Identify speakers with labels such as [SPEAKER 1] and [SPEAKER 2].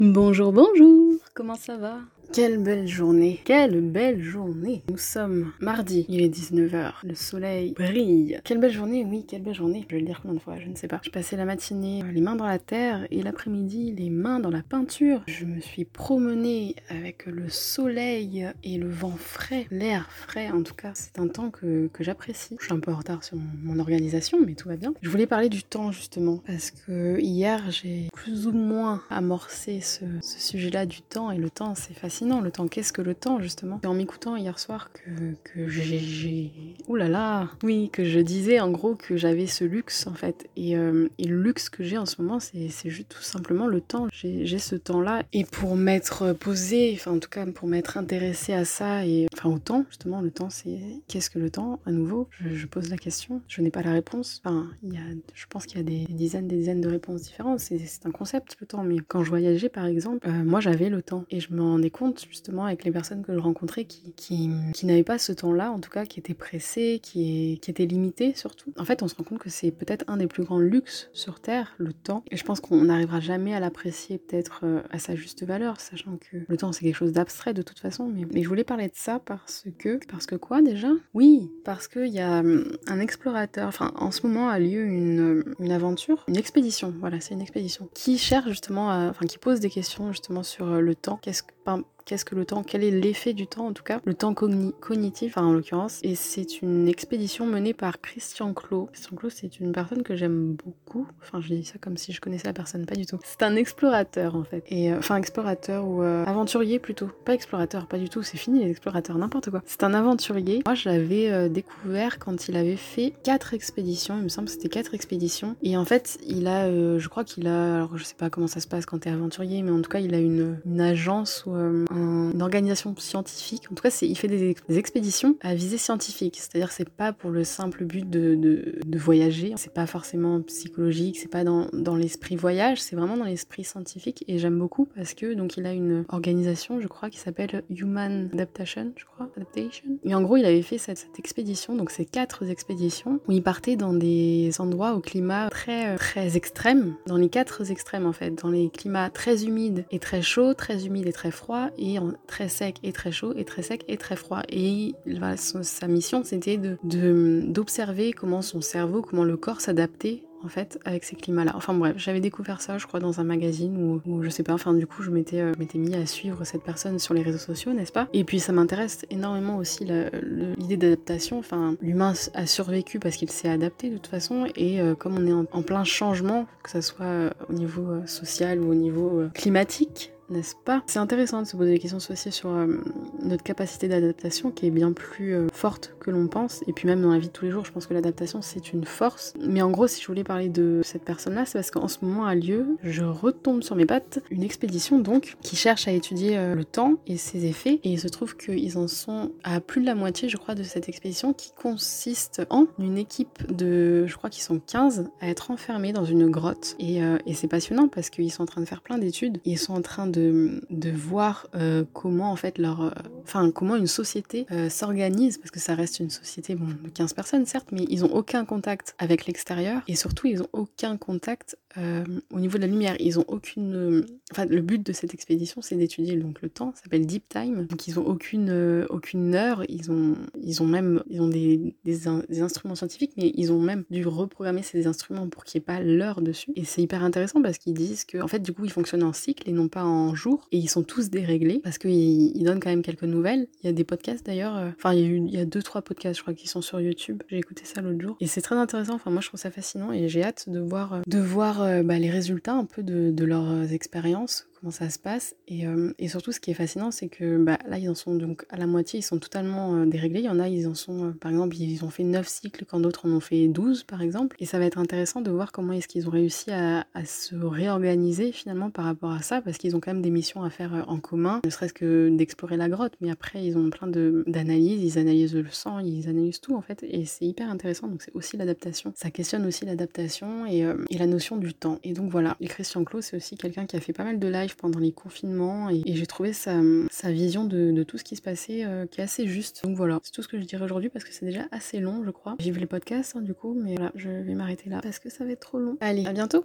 [SPEAKER 1] Bonjour, bonjour, comment ça va? Quelle belle journée, quelle belle journée. Nous sommes mardi, il est 19h, le soleil brille. Quelle belle journée, oui, quelle belle journée. Je vais le dire combien de fois, je ne sais pas. Je passais la matinée les mains dans la terre et l'après-midi les mains dans la peinture. Je me suis promenée avec le soleil et le vent frais, l'air frais en tout cas. C'est un temps que j'apprécie. Je suis un peu en retard sur mon organisation, mais tout va bien. Je voulais parler du temps justement, parce que hier j'ai plus ou moins amorcé ce sujet-là du temps, et le temps c'est fascinant. Le temps, qu'est-ce que le temps justement? C'est en m'écoutant hier soir que j'ai... Ouh là là! Oui, que je disais en gros que j'avais ce luxe en fait. Et le luxe que j'ai en ce moment, c'est juste tout simplement le temps. J'ai ce temps-là. Et pour m'être posée, enfin en tout cas pour m'être intéressée à ça, et enfin au temps, justement, le temps c'est... Qu'est-ce que le temps? À nouveau, je pose la question. Je n'ai pas la réponse. Enfin, je pense qu'il y a des dizaines de réponses différentes. C'est un concept, le temps. Mais quand je voyageais par exemple, moi j'avais le temps. Et je me rendais compte justement avec les personnes que je rencontrais qui n'avaient pas ce temps-là, en tout cas qui étaient pressées, qui étaient limitées surtout. En fait, on se rend compte que c'est peut-être un des plus grands luxes sur Terre, le temps. Et je pense qu'on n'arrivera jamais à l'apprécier peut-être à sa juste valeur, sachant que le temps c'est quelque chose d'abstrait de toute façon. Mais je voulais parler de ça parce que quoi déjà? Oui, parce qu'il y a un explorateur, enfin en ce moment a lieu une aventure, une expédition, voilà, c'est une expédition, qui cherche justement, enfin qui pose des questions justement sur le temps. Qu'est-ce que le temps? Quel est l'effet du temps en tout cas? Le temps cognitif en l'occurrence. Et c'est une expédition menée par Christian Clot. Christian Clot, c'est une personne que j'aime beaucoup. Enfin, je dis ça comme si je connaissais la personne, pas du tout. C'est un explorateur en fait. Et enfin, explorateur ou aventurier plutôt. Pas explorateur, pas du tout. C'est fini les explorateurs, n'importe quoi. C'est un aventurier. Moi, je l'avais découvert quand il avait fait 4 expéditions. Il me semble que c'était 4 expéditions. Et en fait, je crois qu'il a, alors je sais pas comment ça se passe quand t'es aventurier, mais en tout cas, il a une agence ou une organisation scientifique. En tout cas, il fait des expéditions à visée scientifique. C'est-à-dire, c'est pas pour le simple but de voyager. C'est pas forcément psychologique. C'est pas dans l'esprit voyage. C'est vraiment dans l'esprit scientifique. Et j'aime beaucoup parce que donc il a une organisation, je crois, qui s'appelle Human Adaptation, je crois. Adaptation. Et en gros, il avait fait cette expédition. Donc, c'est 4 expéditions où il partait dans des endroits au climat très très extrême. Dans les 4 extrêmes en fait. Dans les climats très humides et très chauds, très humides et très froids, et très sec et très chaud, et très sec et très froid. Et voilà, sa mission, c'était d'observer comment son cerveau, comment le corps s'adaptait en fait avec ces climats-là. Enfin bref, j'avais découvert ça, je crois, dans un magazine ou je sais pas, enfin du coup je m'étais mis à suivre cette personne sur les réseaux sociaux, n'est-ce pas? Et puis ça m'intéresse énormément aussi l'idée d'adaptation. Enfin, l'humain a survécu parce qu'il s'est adapté de toute façon, et comme on est en plein changement, que ça soit au niveau social ou au niveau climatique, n'est-ce pas? C'est intéressant de se poser des questions aussi sur notre capacité d'adaptation, qui est bien plus forte que l'on pense. Et puis même dans la vie de tous les jours, je pense que l'adaptation c'est une force. Mais en gros, si je voulais parler de cette personne-là, c'est parce qu'en ce moment a lieu, je retombe sur mes pattes, une expédition donc qui cherche à étudier le temps et ses effets. Et il se trouve qu'ils en sont à plus de la moitié, je crois, de cette expédition, qui consiste en une équipe de, je crois qu'ils sont 15, à être enfermés dans une grotte. Et c'est passionnant parce qu'ils sont en train de faire plein d'études. Ils sont en train de voir comment en fait comment une société s'organise, parce que ça reste une société de 15 personnes certes, mais ils ont aucun contact avec l'extérieur, et surtout ils ont aucun contact au niveau de la lumière. Ils ont aucune... Enfin, le but de cette expédition, c'est d'étudier donc le temps, ça s'appelle Deep Time. Donc ils ont aucune heure, ils ont des instruments scientifiques, mais ils ont même dû reprogrammer ces instruments pour qu'il n'y ait pas l'heure dessus. Et c'est hyper intéressant parce qu'ils disent que, en fait, du coup, ils fonctionnent en cycle et non pas en jour, et ils sont tous déréglés parce qu'ils donnent quand même quelques nouvelles. Il y a des podcasts d'ailleurs, enfin, il y a 2-3 podcasts, je crois, qui sont sur YouTube. J'ai écouté ça l'autre jour et c'est très intéressant. Enfin, moi, je trouve ça fascinant et j'ai hâte de voir les résultats un peu de leurs expériences, comment ça se passe. Et surtout, ce qui est fascinant, c'est que là, ils en sont donc à la moitié, ils sont totalement déréglés. Il y en a, ils en sont, par exemple, ils ont fait 9 cycles quand d'autres en ont fait 12, par exemple. Et ça va être intéressant de voir comment est-ce qu'ils ont réussi à se réorganiser finalement par rapport à ça, parce qu'ils ont quand même des missions à faire en commun, ne serait-ce que d'explorer la grotte, mais après, ils ont plein d'analyses, ils analysent le sang, ils analysent tout en fait, et c'est hyper intéressant. Donc c'est aussi l'adaptation. Ça questionne aussi l'adaptation et la notion du temps. Et donc voilà, et Christian Clot, c'est aussi quelqu'un qui a fait pas mal de live pendant les confinements, et j'ai trouvé sa vision de tout ce qui se passait qui est assez juste. Donc voilà, c'est tout ce que je dirais aujourd'hui parce que c'est déjà assez long, je crois. J'ai vu les podcasts du coup, mais voilà, je vais m'arrêter là parce que ça va être trop long. Allez, à bientôt!